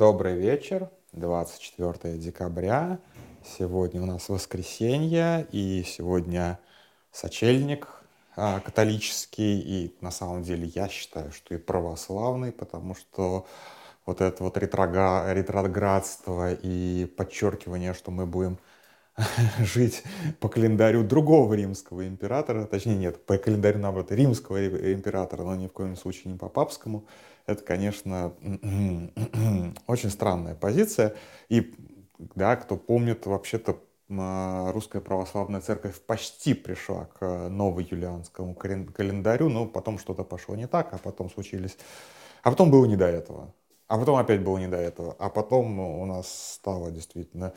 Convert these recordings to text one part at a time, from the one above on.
Добрый вечер, 24 декабря. Сегодня у нас воскресенье, и сегодня сочельник католический, и на самом деле я считаю, что и православный, потому что вот это вот ретроградство и подчеркивание, что мы будем жить по календарю другого римского императора, точнее нет, по календарю, наоборот, римского императора, но ни в коем случае не по папскому, это, конечно, очень странная позиция. И, да, кто помнит, вообще-то русская православная церковь почти пришла к новоюлианскому календарю, но потом что-то пошло не так, а потом было не до этого. А потом опять было не до этого. А потом у нас стало действительно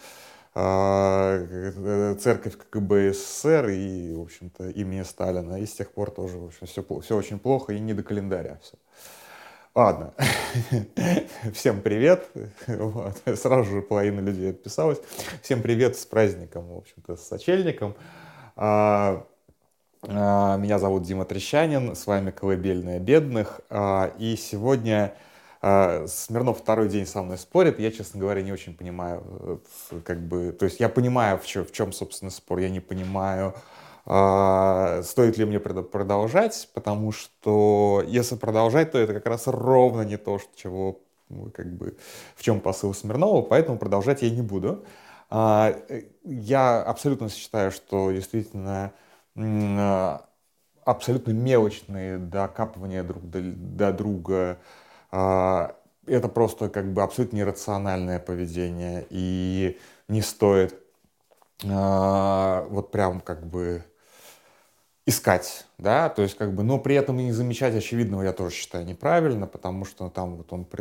церковь КГБ СССР и, в общем-то, имени Сталина. И с тех пор тоже, в общем, все очень плохо и не до календаря все. Ладно, всем привет. Вот. Сразу же половина людей отписалась. Всем привет с праздником, в общем-то, с сочельником. Меня зовут Дима Трещанин, с вами «Колыбельная бедных». И сегодня Смирнов второй день со мной спорит. Я, честно говоря, не очень понимаю, как бы, то есть я понимаю, в чем, собственно, спор. Я не понимаю, стоит ли мне продолжать, потому что если продолжать, то это как раз ровно не то, чего, как бы, в чем посыл Смирнова, поэтому продолжать я не буду. Я абсолютно считаю, что действительно абсолютно мелочные докапывания друг до друга это просто как бы абсолютно иррациональное поведение, и не стоит вот прям как бы искать, да, то есть как бы, но при этом и не замечать очевидного я тоже считаю неправильно, потому что там вот он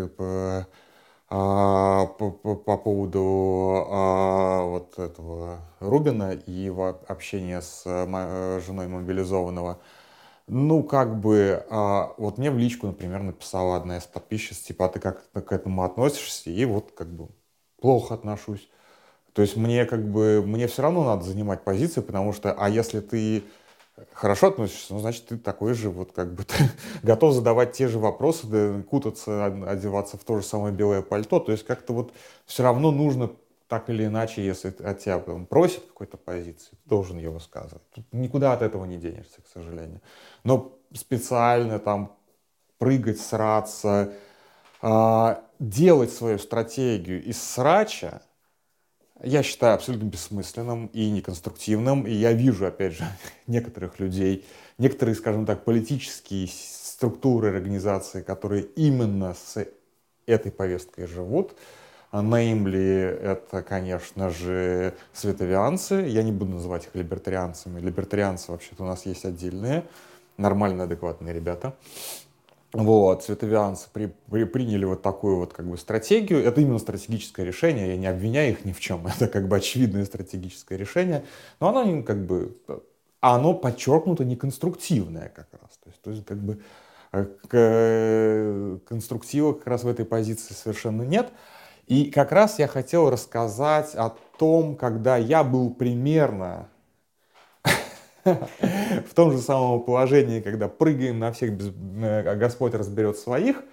по поводу вот этого Рубина и его общения с женой мобилизованного. Ну, как бы, вот мне в личку, например, написала одна из подписчиц, типа, а ты как к этому относишься? И вот, как бы, плохо отношусь. То есть мне, как бы, мне все равно надо занимать позицию, потому что, а если ты хорошо относишься, ну, значит, ты такой же, вот, как бы, ты готов задавать те же вопросы, да, кутаться, одеваться в то же самое белое пальто. То есть как-то вот все равно нужно так или иначе, если от тебя там просят какой-то позиции, ты должен ее высказывать. Тут никуда от этого не денешься, к сожалению. Но специально там прыгать, сраться, делать свою стратегию из срача, я считаю абсолютно бессмысленным и неконструктивным. И я вижу, опять же, некоторых людей, некоторые, скажем так, политические структуры, организации, которые именно с этой повесткой живут. Неймли, это, конечно же, световианцы. Я не буду называть их либертарианцами. Либертарианцы вообще-то у нас есть отдельные, нормальные, адекватные ребята. Вот, световианцы приняли вот такую вот как бы стратегию. Это именно стратегическое решение, я не обвиняю их ни в чем. Это как бы очевидное стратегическое решение. Но оно как бы, оно подчеркнуто неконструктивное как раз. То есть как бы конструктива как раз в этой позиции совершенно нет. И как раз я хотел рассказать о том, когда я был примерно в том же самом положении, когда прыгаем на всех, Господь разберет своих.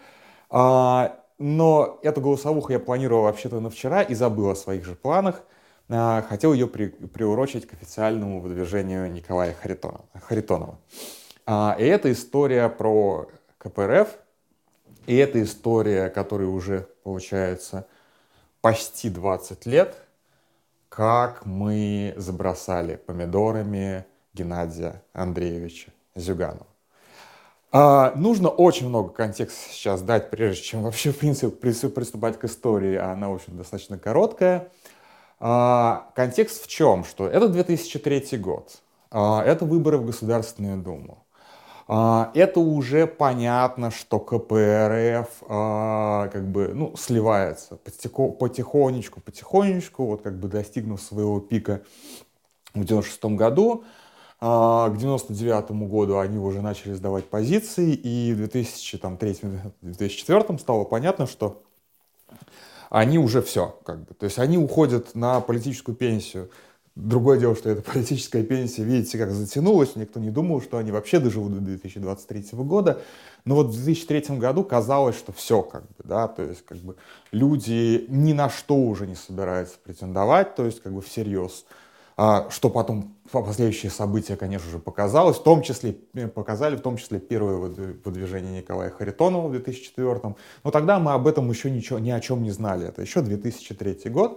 Но эту голосовуху я планировал вообще-то на вчера и забыл о своих же планах. Хотел ее приурочить к официальному выдвижению Николая Харитонова. И это история про КПРФ, и это история, которая уже, получается, почти 20 лет, как мы забросали помидорами Геннадия Андреевича Зюганова. Нужно очень много контекста сейчас дать, прежде чем вообще, в принципе, приступать к истории, а она, в общем, достаточно короткая. Контекст в чем? Что это 2003 год. Это выборы в Государственную Думу. Это уже понятно, что КПРФ как бы, ну, сливается потихонечку, вот как бы достигнув своего пика в 1996 году. К 1999 году они уже начали сдавать позиции, и в 2003-2004 стало понятно, что они уже все, как бы, то есть они уходят на политическую пенсию Другое дело, что эта политическая пенсия, видите, как затянулась, никто не думал, что они вообще доживут до 2023 года. Но вот в 2003 году казалось, что все как бы, да, то есть как бы люди ни на что уже не собираются претендовать, то есть как бы всерьез. Что потом последующие события, конечно же, показалось, в том числе показали, в том числе первое выдвижение Николая Харитонова в 2004. Но тогда мы об этом еще ничего, ни о чем не знали. Это еще 2003 год.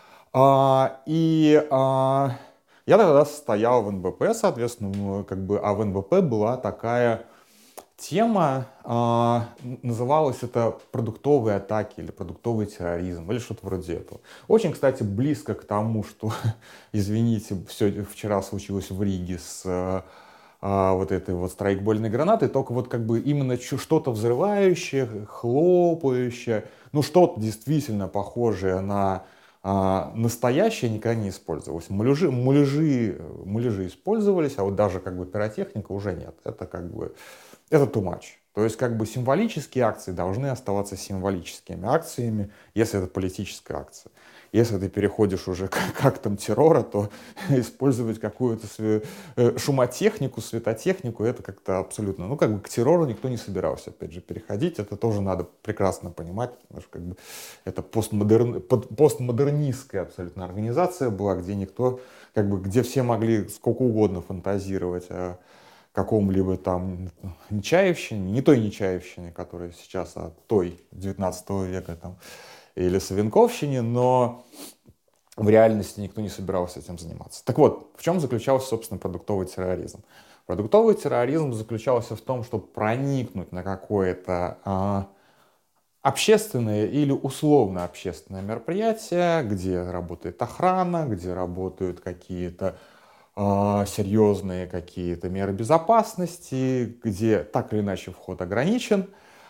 Я тогда состоял в НБП, соответственно, как бы, а в НБП была такая тема, называлась это продуктовые атаки или продуктовый терроризм, или что-то вроде этого. Очень, кстати, близко к тому, что, извините, все вчера случилось в Риге с вот этой вот страйкбольной гранатой, только вот как бы именно что-то взрывающее, хлопающее, ну что-то действительно похожее на настоящее никогда не использовалось. Муляжи использовались, а вот даже как бы пиротехника уже нет. Это как бы, это too much. То есть как бы символические акции должны оставаться символическими акциями, если это политическая акция. Если ты переходишь уже к актам террора, то использовать какую-то шумотехнику, светотехнику, это как-то абсолютно, ну, как бы к террору никто не собирался, опять же, переходить. Это тоже надо прекрасно понимать, потому что как бы это постмодернистская абсолютно организация была, где никто, как бы, где все могли сколько угодно фантазировать о каком-либо там Нечаевщине, не той Нечаевщине, которая сейчас, а той 19 века там, или Савенковщине, но в реальности никто не собирался этим заниматься. Так вот, в чем заключался, собственно, продуктовый терроризм? Продуктовый терроризм заключался в том, чтобы проникнуть на какое-то общественное или условно общественное мероприятие, где работает охрана, где работают какие-то серьезные какие-то меры безопасности, где так или иначе вход ограничен,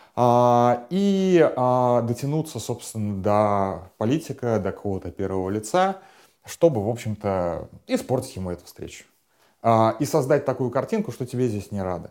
дотянуться, собственно, до политика, до какого-то первого лица, чтобы, в общем-то, испортить ему эту встречу. И создать такую картинку, что тебе здесь не рады.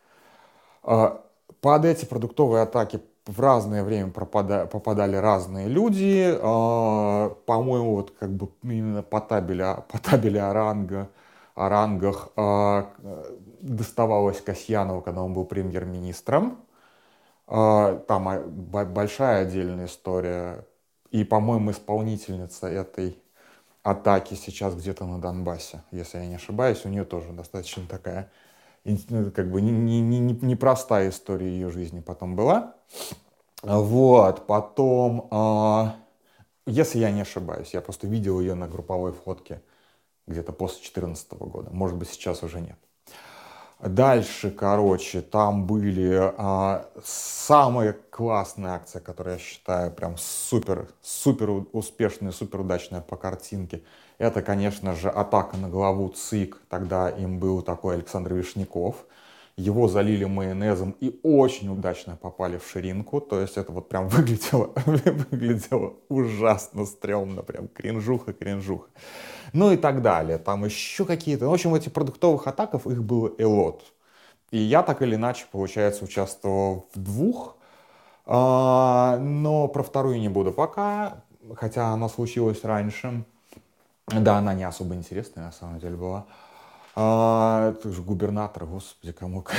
Под эти продуктовые атаки в разное время попадали разные люди. По-моему, вот как бы именно по табели о рангах доставалось Касьянову, когда он был премьер-министром. Там большая отдельная история. И, по-моему, исполнительница этой атаки сейчас где-то на Донбассе, если я не ошибаюсь. У нее тоже достаточно такая как бы непростая история ее жизни потом была. Вот, потом, если я не ошибаюсь, я просто видел ее на групповой фотке где-то после 2014 года. Может быть, сейчас уже нет. Дальше, короче, там были самая классная акция, которую я считаю прям супер успешная, супер удачная по картинке. Это, конечно же, атака на главу ЦИК. Тогда им был такой Александр Вишняков. Его залили майонезом и очень удачно попали в ширинку. То есть это вот прям выглядело ужасно стрёмно. Прям кринжуха. Ну и так далее. Там еще какие-то... В общем, в этих продуктовых атаках их было элот. И я так или иначе, получается, участвовал в двух. Но про вторую не буду пока. Хотя она случилась раньше. Да, она не особо интересная, на самом деле, была. Это же губернатор, господи,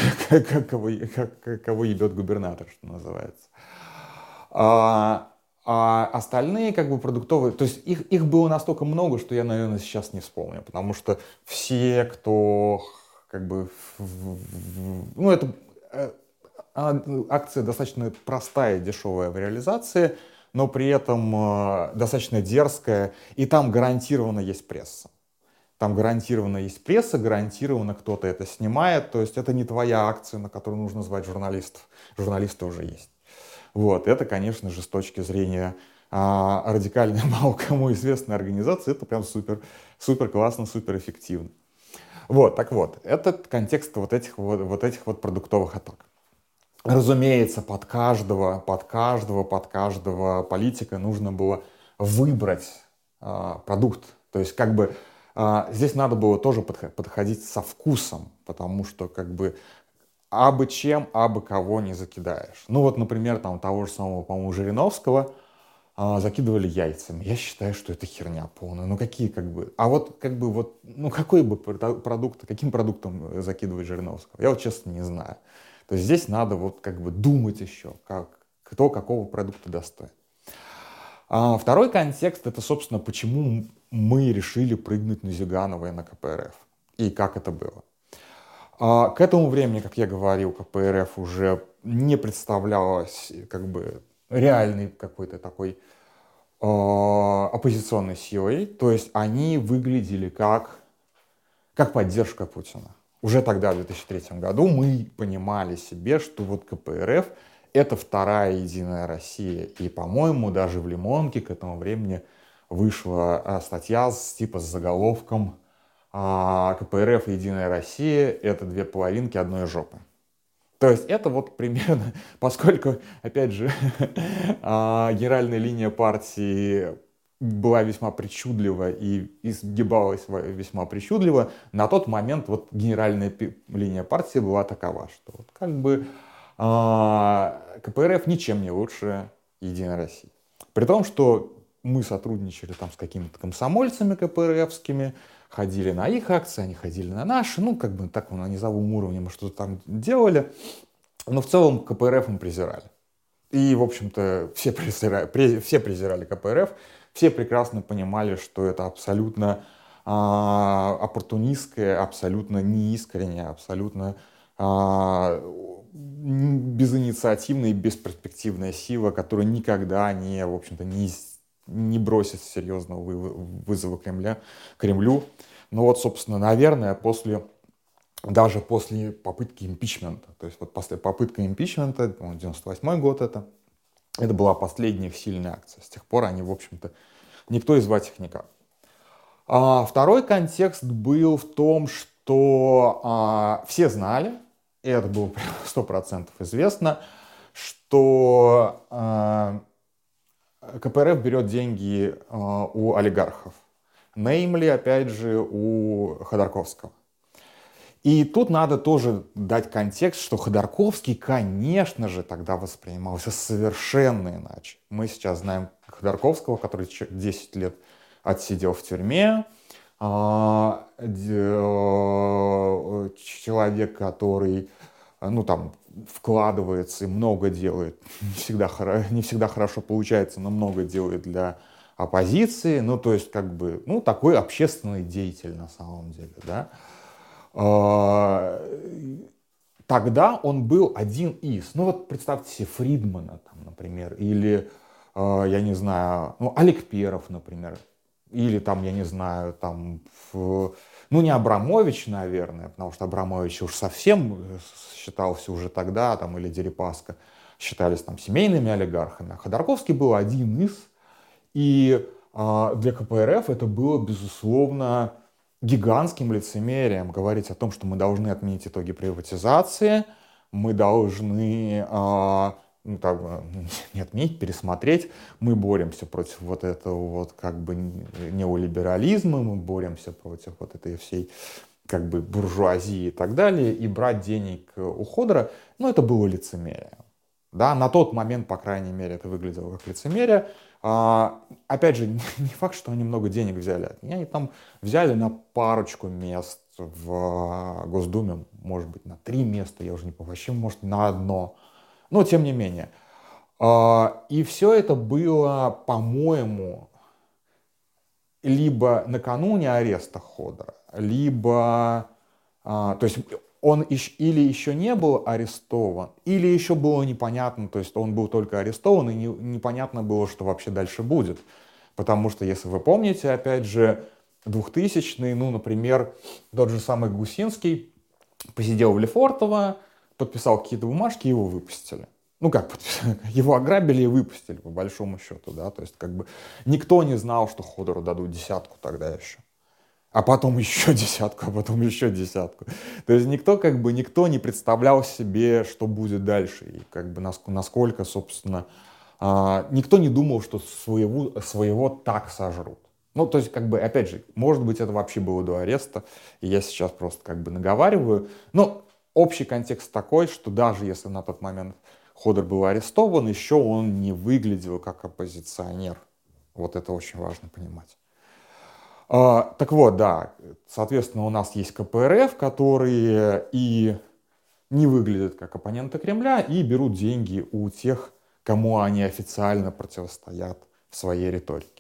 кого ебет губернатор, что называется. А остальные как бы продуктовые, то есть их было настолько много, что я, наверное, сейчас не вспомню, потому что все, кто как бы, ну это акция достаточно простая, дешевая в реализации, но при этом достаточно дерзкая, и там гарантированно есть пресса. Там гарантированно есть пресса, гарантированно кто-то это снимает, то есть это не твоя акция, на которую нужно звать журналистов. Журналисты уже есть. Вот, это, конечно же, с точки зрения радикальной, мало кому известной организации, это прям супер классно, супер эффективно. Вот, так вот, это контекст вот этих продуктовых атак. Разумеется, под каждого политика нужно было выбрать продукт. То есть, как бы, здесь надо было тоже подходить со вкусом, потому что, как бы, абы чем, абы кого не закидаешь. Ну вот, например, там того же самого, по-моему, Жириновского, закидывали яйцами. Я считаю, что это херня полная. Ну какие как бы... А вот как бы вот, ну какой бы продукт, каким продуктом закидывать Жириновского? Я вот честно не знаю. То есть здесь надо вот как бы думать еще, кто какого продукта достоин. Второй контекст — это, собственно, почему мы решили прыгнуть на Зюганова и на КПРФ. И как это было. К этому времени, как я говорил, КПРФ уже не представлялась как бы реальной какой-то такой оппозиционной силой. То есть они выглядели как поддержка Путина. Уже тогда, в 2003 году, мы понимали себе, что вот КПРФ — это вторая Единая Россия. И, по-моему, даже в «Лимонке» к этому времени вышла статья с заголовком «КПРФ и Единая Россия — это две половинки одной жопы». То есть это вот примерно, поскольку, опять же, генеральная линия партии была весьма причудлива и изгибалась весьма причудливо, на тот момент вот генеральная линия партии была такова, что вот как бы КПРФ ничем не лучше Единой России. При том, что мы сотрудничали там с какими-то комсомольцами КПРФскими, ходили на их акции, они ходили на наши, ну, как бы так на низовом уровне мы что-то там делали, но в целом КПРФ мы презирали. И, в общем-то, все презирали КПРФ, все прекрасно понимали, что это абсолютно оппортунистская, абсолютно неискренняя, абсолютно безинициативная и бесперспективная сила, которая никогда не, в общем-то, не бросит серьезного вызова Кремлю. Но вот, собственно, наверное, даже после попытки импичмента, то есть вот после попытки импичмента, 98 год это была последняя их сильная акция. С тех пор они, в общем-то, никто и звать их никак. Второй контекст был в том, что все знали, и это было 100% известно, что КПРФ берет деньги у олигархов. Namely, опять же, у Ходорковского. И тут надо тоже дать контекст, что Ходорковский, конечно же, тогда воспринимался совершенно иначе. Мы сейчас знаем Ходорковского, который 10 лет отсидел в тюрьме. Человек, который, ну, там, вкладывается и много делает. Не всегда хорошо получается, но много делает для оппозиции. Ну, то есть, как бы, ну, такой общественный деятель на самом деле, да. Тогда он был один из. Ну вот представьте себе Фридмана, там, например, или, я не знаю, ну, Олег Перов, например, или там, я не знаю, там, ну не Абрамович, наверное, потому что Абрамович уж совсем считался уже тогда, там, или Дерипаска, считались там семейными олигархами, а Ходорковский был один из. И для КПРФ это было, безусловно, гигантским лицемерием говорить о том, что мы должны отменить итоги приватизации, мы должны не отменить, пересмотреть, мы боремся против вот этого вот как бы неолиберализма, мы боремся против вот этой всей как бы буржуазии и так далее, и брать денег у Ходора, ну, это было лицемерие. Да, на тот момент, по крайней мере, это выглядело как лицемерие. Опять же, не факт, что они много денег взяли. Они там взяли на парочку мест в Госдуме, может быть, на 3 места, я уже не помню, вообще, может, на одно. Но, тем не менее. И все это было, по-моему, либо накануне ареста Ходора, либо... то есть он или еще не был арестован, или еще было непонятно, то есть он был только арестован, и непонятно было, что вообще дальше будет. Потому что, если вы помните, опять же, 2000-е, ну, например, тот же самый Гусинский посидел в Лефортово, подписал какие-то бумажки, его выпустили. Ну, как подписали? Его ограбили и выпустили, по большому счету, да, то есть, как бы, никто не знал, что Ходору дадут 10 тогда еще. А потом еще 10, а потом еще 10. То есть никто не представлял себе, что будет дальше. И как бы насколько, собственно, никто не думал, что своего так сожрут. Ну, то есть, как бы, опять же, может быть, это вообще было до ареста, и я сейчас просто как бы наговариваю. Но общий контекст такой, что даже если на тот момент Ходор был арестован, еще он не выглядел как оппозиционер. Вот это очень важно понимать. Так вот, да, соответственно, у нас есть КПРФ, которые и не выглядят как оппоненты Кремля и берут деньги у тех, кому они официально противостоят в своей риторике.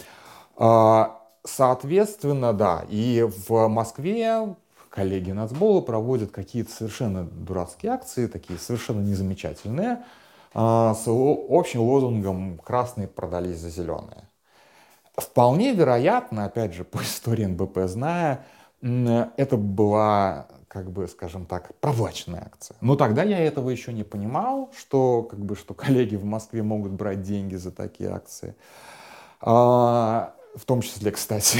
Соответственно, да, и в Москве коллеги нацбола проводят какие-то совершенно дурацкие акции, такие совершенно незамечательные, с общим лозунгом «красные продались за зеленые». Вполне вероятно, опять же, по истории НБП зная, это была, как бы, скажем так, проплаченная акция. Но тогда я этого еще не понимал, что, как бы, что коллеги в Москве могут брать деньги за такие акции. В том числе, кстати,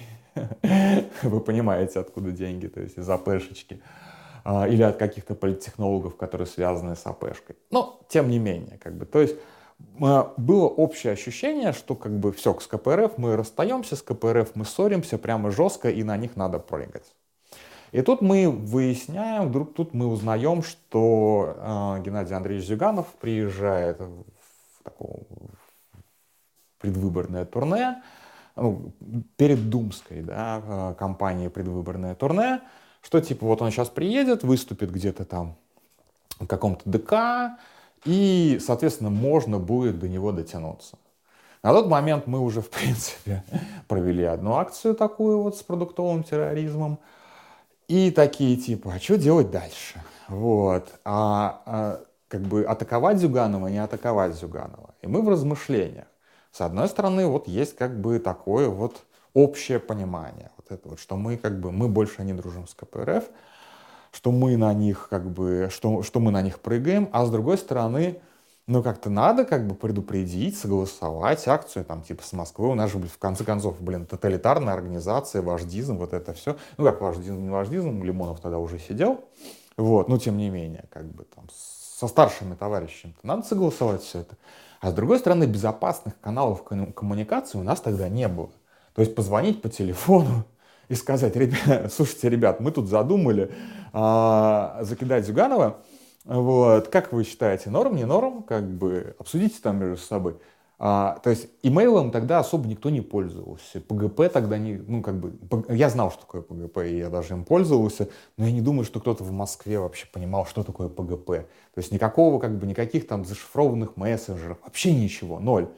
вы понимаете, откуда деньги, то есть из АПшечки. Или от каких-то политтехнологов, которые связаны с АПшкой. Но, тем не менее, как бы, то есть было общее ощущение, что как бы все, с КПРФ мы расстаемся, с КПРФ мы ссоримся прямо жестко, и на них надо прыгать. И тут мы выясняем, вдруг тут мы узнаем, что Геннадий Андреевич Зюганов приезжает в такое предвыборное турне, ну, перед Думской, да, кампанией предвыборное турне, что типа вот он сейчас приедет, выступит где-то там в каком-то ДК, и, соответственно, можно будет до него дотянуться. На тот момент мы уже, в принципе, провели одну акцию такую вот с продуктовым терроризмом. И такие типа, а что делать дальше? Вот. Как бы атаковать Зюганова, не атаковать Зюганова. И мы в размышлениях. С одной стороны, вот есть как бы такое вот общее понимание. Вот это вот, что мы как бы, мы больше не дружим с КПРФ, что мы на них как бы, что мы на них прыгаем, а с другой стороны, ну как-то надо как бы предупредить, согласовать акцию там типа с Москвой. У нас же, в конце концов, тоталитарная организация, вождизм, вот это все. Ну как вождизм, не вождизм, Лимонов тогда уже сидел. Вот, но тем не менее, как бы там со старшими товарищами надо согласовать все это. А с другой стороны, безопасных каналов коммуникации у нас тогда не было. То есть позвонить по телефону и сказать, слушайте, ребят, мы тут задумали закидать Зюганова. Вот, как вы считаете, норм, не норм? Как бы обсудите там между собой. То есть имейлом тогда особо никто не пользовался. ПГП тогда не, ну как бы, я знал, что такое ПГП, и я даже им пользовался, но я не думаю, что кто-то в Москве вообще понимал, что такое ПГП. То есть никакого, как бы, никаких там зашифрованных мессенджеров, вообще ничего, ноль.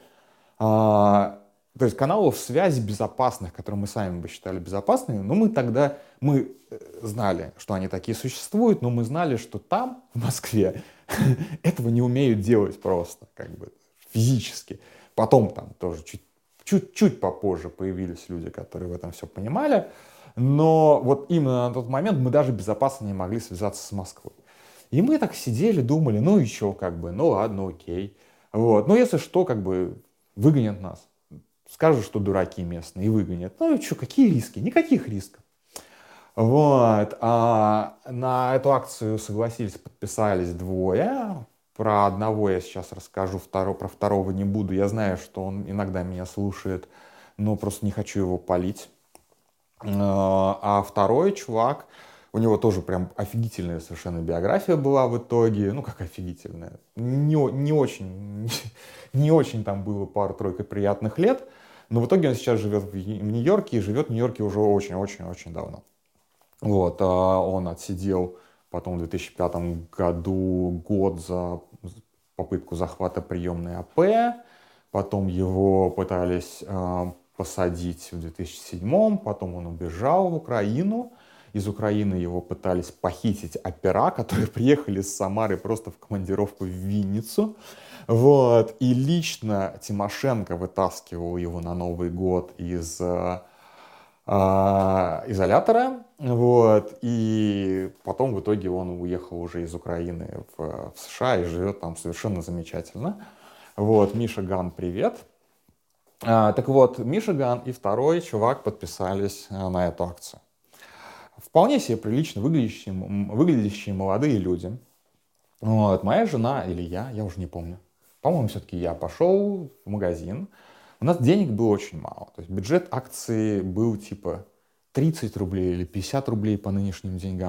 То есть каналов связи безопасных, которые мы сами бы считали безопасными, но мы знали, что они такие существуют, но мы знали, что там, в Москве, этого не умеют делать просто, как бы физически. Потом там тоже чуть попозже появились люди, которые в этом все понимали, но вот именно на тот момент мы даже безопасно не могли связаться с Москвой. И мы так сидели, думали, ну и что, как бы, ну ладно, окей. Вот. Но если что, как бы выгонят нас. Скажут, что дураки местные, и выгонят. Ну и что, какие риски? Никаких рисков. Вот. А на эту акцию согласились, подписались двое. Про одного я сейчас расскажу, про второго не буду. Я знаю, что он иногда меня слушает, но просто не хочу его палить. А второй чувак, у него тоже прям офигительная совершенно биография была в итоге. Ну, как офигительная. Не очень там было пару-тройку приятных лет. Но в итоге он сейчас живет в Нью-Йорке, и живет в Нью-Йорке уже очень-очень-очень давно. Вот, он отсидел потом в 2005 году год за попытку захвата приемной АП. Потом его пытались посадить в 2007, потом он убежал в Украину. Из Украины его пытались похитить опера, которые приехали с Самары просто в командировку в Винницу. Вот. И лично Тимошенко вытаскивал его на Новый год из изолятора. Вот. И потом в итоге он уехал уже из Украины в США и живет там совершенно замечательно. Вот. Миша Ган, привет. Так вот, Миша Ган и второй чувак подписались на эту акцию. Вполне себе прилично выглядящие молодые люди. Вот. Моя жена или я уже не помню. По-моему, все-таки я пошел в магазин. У нас денег было очень мало. То есть бюджет акции был типа 30 рублей или 50 рублей по нынешним деньгам.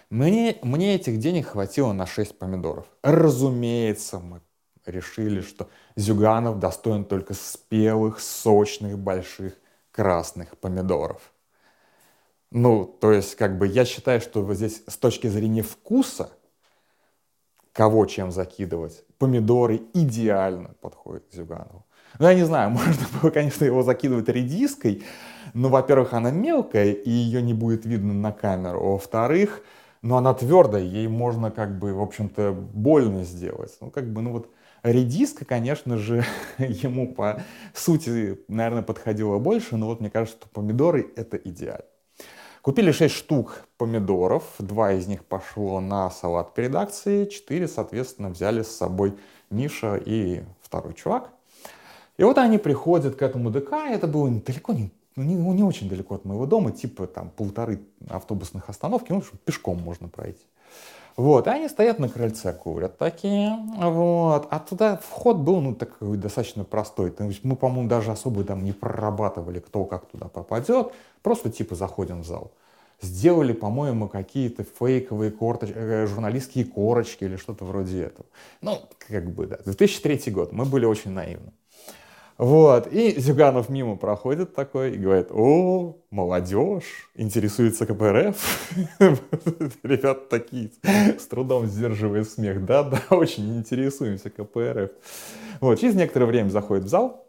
Мне этих денег хватило на 6 помидоров. Разумеется, мы решили, что Зюганов достоин только спелых, сочных, больших красных помидоров. Ну, то есть, как бы я считаю, что вот здесь с точки зрения вкуса, кого чем закидывать, помидоры идеально подходят к Зюганову. Ну, я не знаю, можно было, конечно, его закидывать редиской, но, во-первых, она мелкая, и ее не будет видно на камеру. Во-вторых, ну, она твердая, ей можно, как бы, в общем-то, больно сделать. Ну, как бы, ну, вот редиска, конечно же, ему по сути, наверное, подходила больше, но вот мне кажется, что помидоры — это идеально. Купили 6 штук помидоров, 2 из них пошло на салат перед акцией, 4, соответственно, взяли с собой Миша и второй чувак. И вот они приходят к этому ДК, это было далеко не очень далеко от моего дома, типа там 1,5 автобусных остановки, ну, пешком можно пройти. Вот, и они стоят на крыльце, курят такие, вот, а туда вход был, ну, такой достаточно простой, то есть мы, по-моему, даже особо там не прорабатывали, кто как туда попадет, просто типа заходим в зал. Сделали, по-моему, какие-то фейковые журналистские корочки или что-то вроде этого. Ну, как бы, да, 2003 год, мы были очень наивны. Вот, и Зюганов мимо проходит такой и говорит: о, молодежь, интересуется КПРФ. Ребята такие, с трудом сдерживая смех. Да, очень интересуемся КПРФ. Вот, через некоторое время заходит в зал.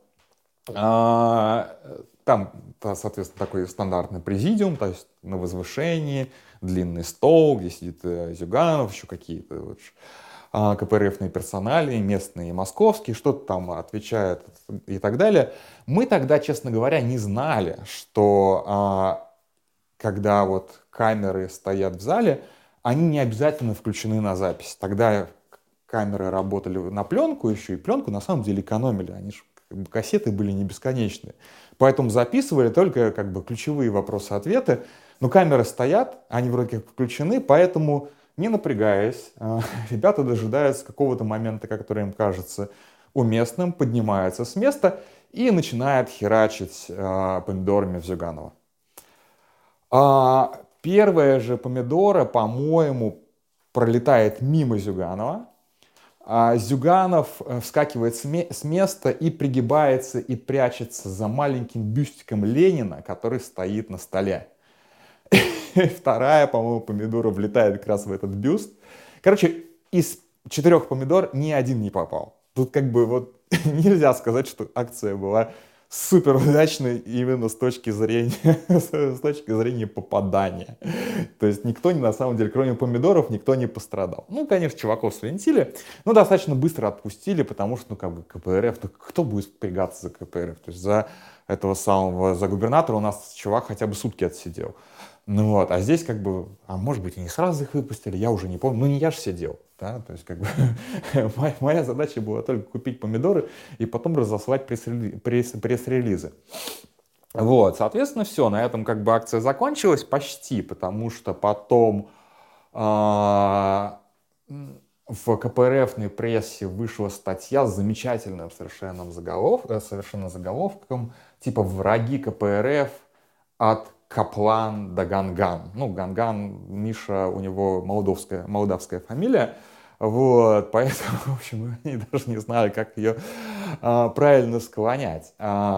Там, соответственно, такой стандартный президиум, то есть на возвышении, длинный стол, где сидит Зюганов, еще какие-то вот КПРФные персонали, местные и московские, что-то там отвечают и так далее. Мы тогда, честно говоря, не знали, что когда вот камеры стоят в зале, они не обязательно включены на запись. Тогда камеры работали на пленку еще, и пленку на самом деле экономили. Они же, как бы, кассеты были не бесконечные. Поэтому записывали только как бы ключевые вопросы-ответы. Но камеры стоят, они вроде как включены, поэтому, не напрягаясь, ребята дожидаются какого-то момента, который им кажется уместным, поднимаются с места и начинают херачить помидорами в Зюганова. Первая же помидора, по-моему, пролетает мимо Зюганова. Зюганов вскакивает с места и пригибается и прячется за маленьким бюстиком Ленина, который стоит на столе. Вторая, по-моему, помидора влетает как раз в этот бюст. Короче, из 4 помидор ни один не попал. Тут как бы вот нельзя сказать, что акция была супер удачной именно с точки зрения попадания. То есть никто, на самом деле, кроме помидоров, никто не пострадал. Ну, конечно, чуваков свинтили, но достаточно быстро отпустили, потому что, ну, как бы КПРФ, ну, кто будет впрягаться за КПРФ? То есть за этого самого, за губернатора у нас чувак хотя бы сутки отсидел. Ну вот, а здесь как бы, а может быть и не сразу их выпустили, я уже не помню, ну не я же сидел, да, то есть как бы моя задача была только купить помидоры и потом разослать пресс-релизы. Вот, соответственно, все, на этом как бы акция закончилась почти, потому что потом в КПРФной прессе вышла статья с замечательным совершенно заголовком, типа «Враги КПРФ от Каплан до Ганган». Ну, Ганган, Миша, у него молдавская фамилия, вот, поэтому, в общем, я даже не знаю, как ее правильно склонять.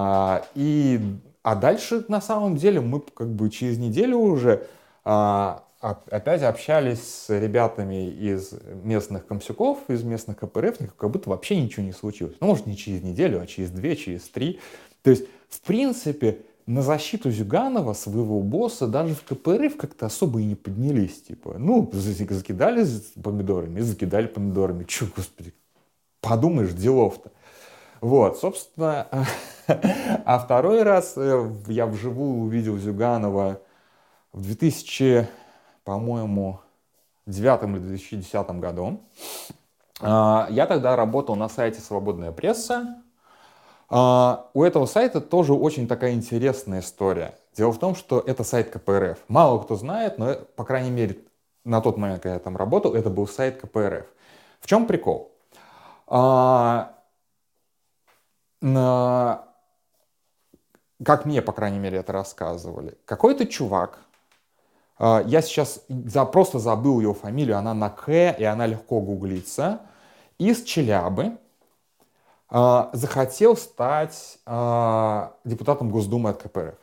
Дальше, на самом деле, мы как бы через неделю уже опять общались с ребятами из местных комсюков, из местных КПРФников, как будто вообще ничего не случилось. Ну, может, не через неделю, а через 2, через 3. То есть, в принципе, на защиту Зюганова, своего босса, даже в КПРФ как-то особо и не поднялись. Типа, ну, закидали помидорами. Чё, господи, подумаешь, делов-то. Вот, собственно, а второй раз я вживую увидел Зюганова в 2000, по-моему, 2009 или 2010 году. Я тогда работал на сайте «Свободная пресса». У этого сайта тоже очень такая интересная история. Дело в том, что это сайт КПРФ. Мало кто знает, но, по крайней мере, на тот момент, когда я там работал, это был сайт КПРФ. В чем прикол? Как мне, по крайней мере, это рассказывали. Какой-то чувак Я сейчас просто забыл ее фамилию, она на К, и она легко гуглится. Из Челябы захотел стать депутатом Госдумы от КПРФ.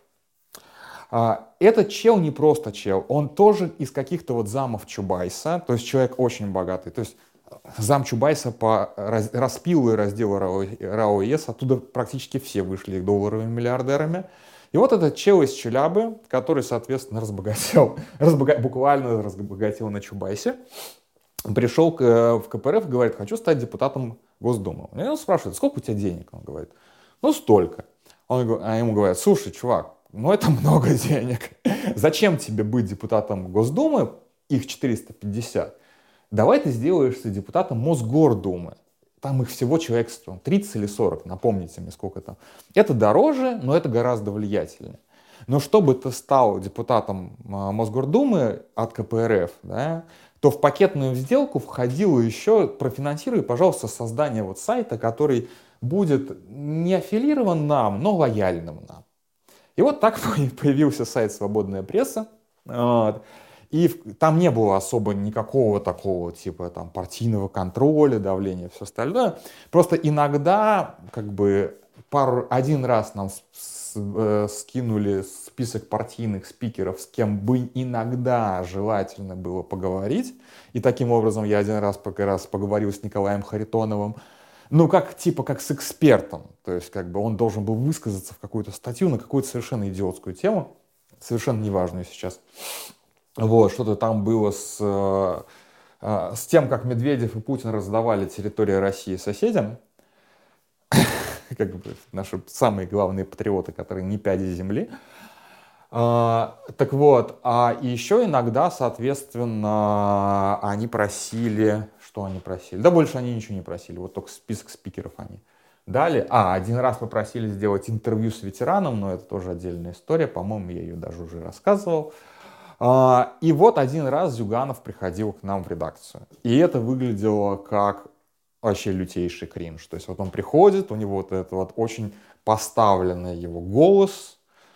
Этот чел не просто чел, он тоже из каких-то вот замов Чубайса, то есть человек очень богатый. То есть зам Чубайса по распилу и разделу РАО ЕС, оттуда практически все вышли долларовыми миллиардерами. И вот этот чел из Челябы, который, соответственно, буквально разбогател на Чубайсе, пришел в КПРФ и говорит: хочу стать депутатом Госдумы. И он спрашивает: сколько у тебя денег? Он говорит: ну столько. А ему говорят: слушай, чувак, ну это много денег. Зачем тебе быть депутатом Госдумы? Их 450. Давай ты сделаешься депутатом Мосгордумы. Там их всего человек 30 или 40, напомните мне, сколько там. Это дороже, но это гораздо влиятельнее. Но чтобы ты стал депутатом Мосгордумы от КПРФ, да, то в пакетную сделку входило еще: профинансируй, пожалуйста, создание вот сайта, который будет не аффилирован нам, но лояльным нам. И вот так появился сайт «Свободная пресса». Вот. И там не было особо никакого такого типа там партийного контроля, давления, все остальное. Просто иногда как бы один раз нам скинули список партийных спикеров, с кем бы иногда желательно было поговорить. И таким образом я один раз поговорил с Николаем Харитоновым. Ну, как с экспертом. То есть, как бы он должен был высказаться в какую-то статью на какую-то совершенно идиотскую тему, совершенно неважную сейчас. Вот, что-то там было с тем, как Медведев и Путин раздавали территорию России соседям. Как бы наши самые главные патриоты, которые не пяди земли. Так вот, и еще иногда, соответственно, они просили... Что они просили? Да больше они ничего не просили, вот только список спикеров они дали. Один раз мы просили сделать интервью с ветераном, но это тоже отдельная история, по-моему, я ее даже уже рассказывал. И вот один раз Зюганов приходил к нам в редакцию. И это выглядело как вообще лютейший кринж. То есть вот он приходит, у него вот этот вот очень поставленный его голос,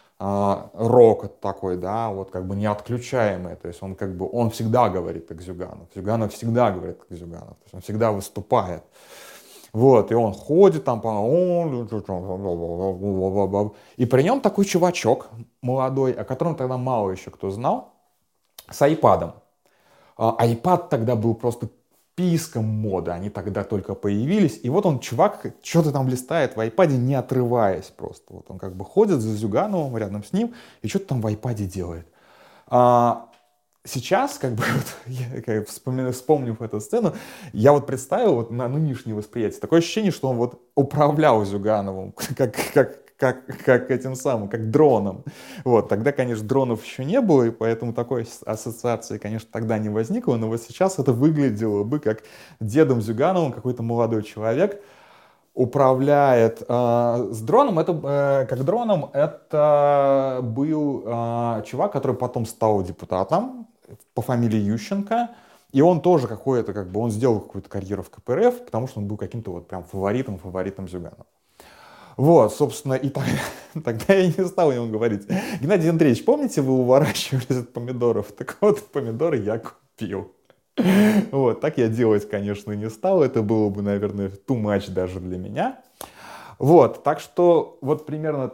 рокот такой, да, вот как бы неотключаемый. То есть он как бы, он всегда говорит как Зюганов. Зюганов всегда говорит как Зюганов. То есть он всегда выступает. Вот, и он ходит там, и при нем такой чувачок молодой, о котором тогда мало еще кто знал, с айпадом. Айпад тогда был просто писком моды, они тогда только появились. И вот он, чувак, что-то там листает в айпаде, не отрываясь просто. Вот он как бы ходит за Зюгановым рядом с ним и что-то там в айпаде делает. Сейчас, как бы, вот, вспомнив эту сцену, я вот представил вот на нынешнее восприятие такое ощущение, что он вот управлял Зюгановым, как этим самым, как дроном. Вот, тогда, конечно, дронов еще не было, и поэтому такой ассоциации, конечно, тогда не возникло, но вот сейчас это выглядело бы как дедом Зюгановым какой-то молодой человек управляет с дроном. Как дроном это был чувак, который потом стал депутатом по фамилии Ющенко. И он тоже какой-то, как бы, он сделал какую-то карьеру в КПРФ, потому что он был каким-то вот прям фаворитом Зюганова. Вот, собственно, и тогда я не стал ему говорить: Геннадий Андреевич, помните, вы уворачивались от помидоров? Так вот, помидоры я купил. Вот, так я делать, конечно, не стал. Это было бы, наверное, too much даже для меня. Вот, так что вот примерно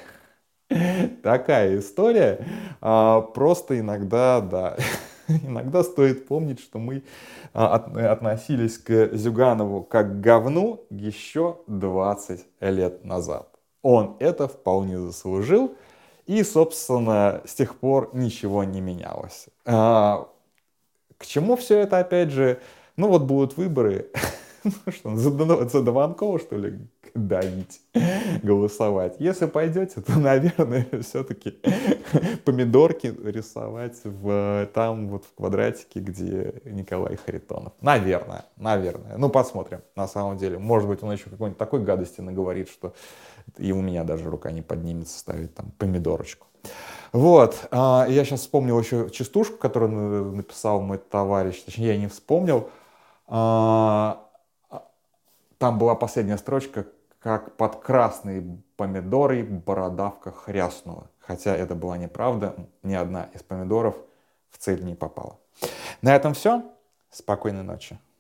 такая история. Просто иногда, да, иногда стоит помнить, что мы относились к Зюганову как к говну еще 20 лет назад. Он это вполне заслужил, и, собственно, с тех пор ничего не менялось. К чему все это, опять же? Ну вот будут выборы, за Дованкова, что ли, давить, голосовать. Если пойдете, то, наверное, все-таки помидорки рисовать там вот в квадратике, где Николай Харитонов. Наверное. Ну, посмотрим, на самом деле. Может быть, он еще какой-нибудь такой гадости наговорит, что и у меня даже рука не поднимется ставить там помидорочку. Вот, я сейчас вспомнил еще частушку, которую написал мой товарищ, точнее, я не вспомнил. Там была последняя строчка: как под красной помидорой бородавка хряснула. Хотя это была неправда, ни одна из помидоров в цель не попала. На этом все. Спокойной ночи.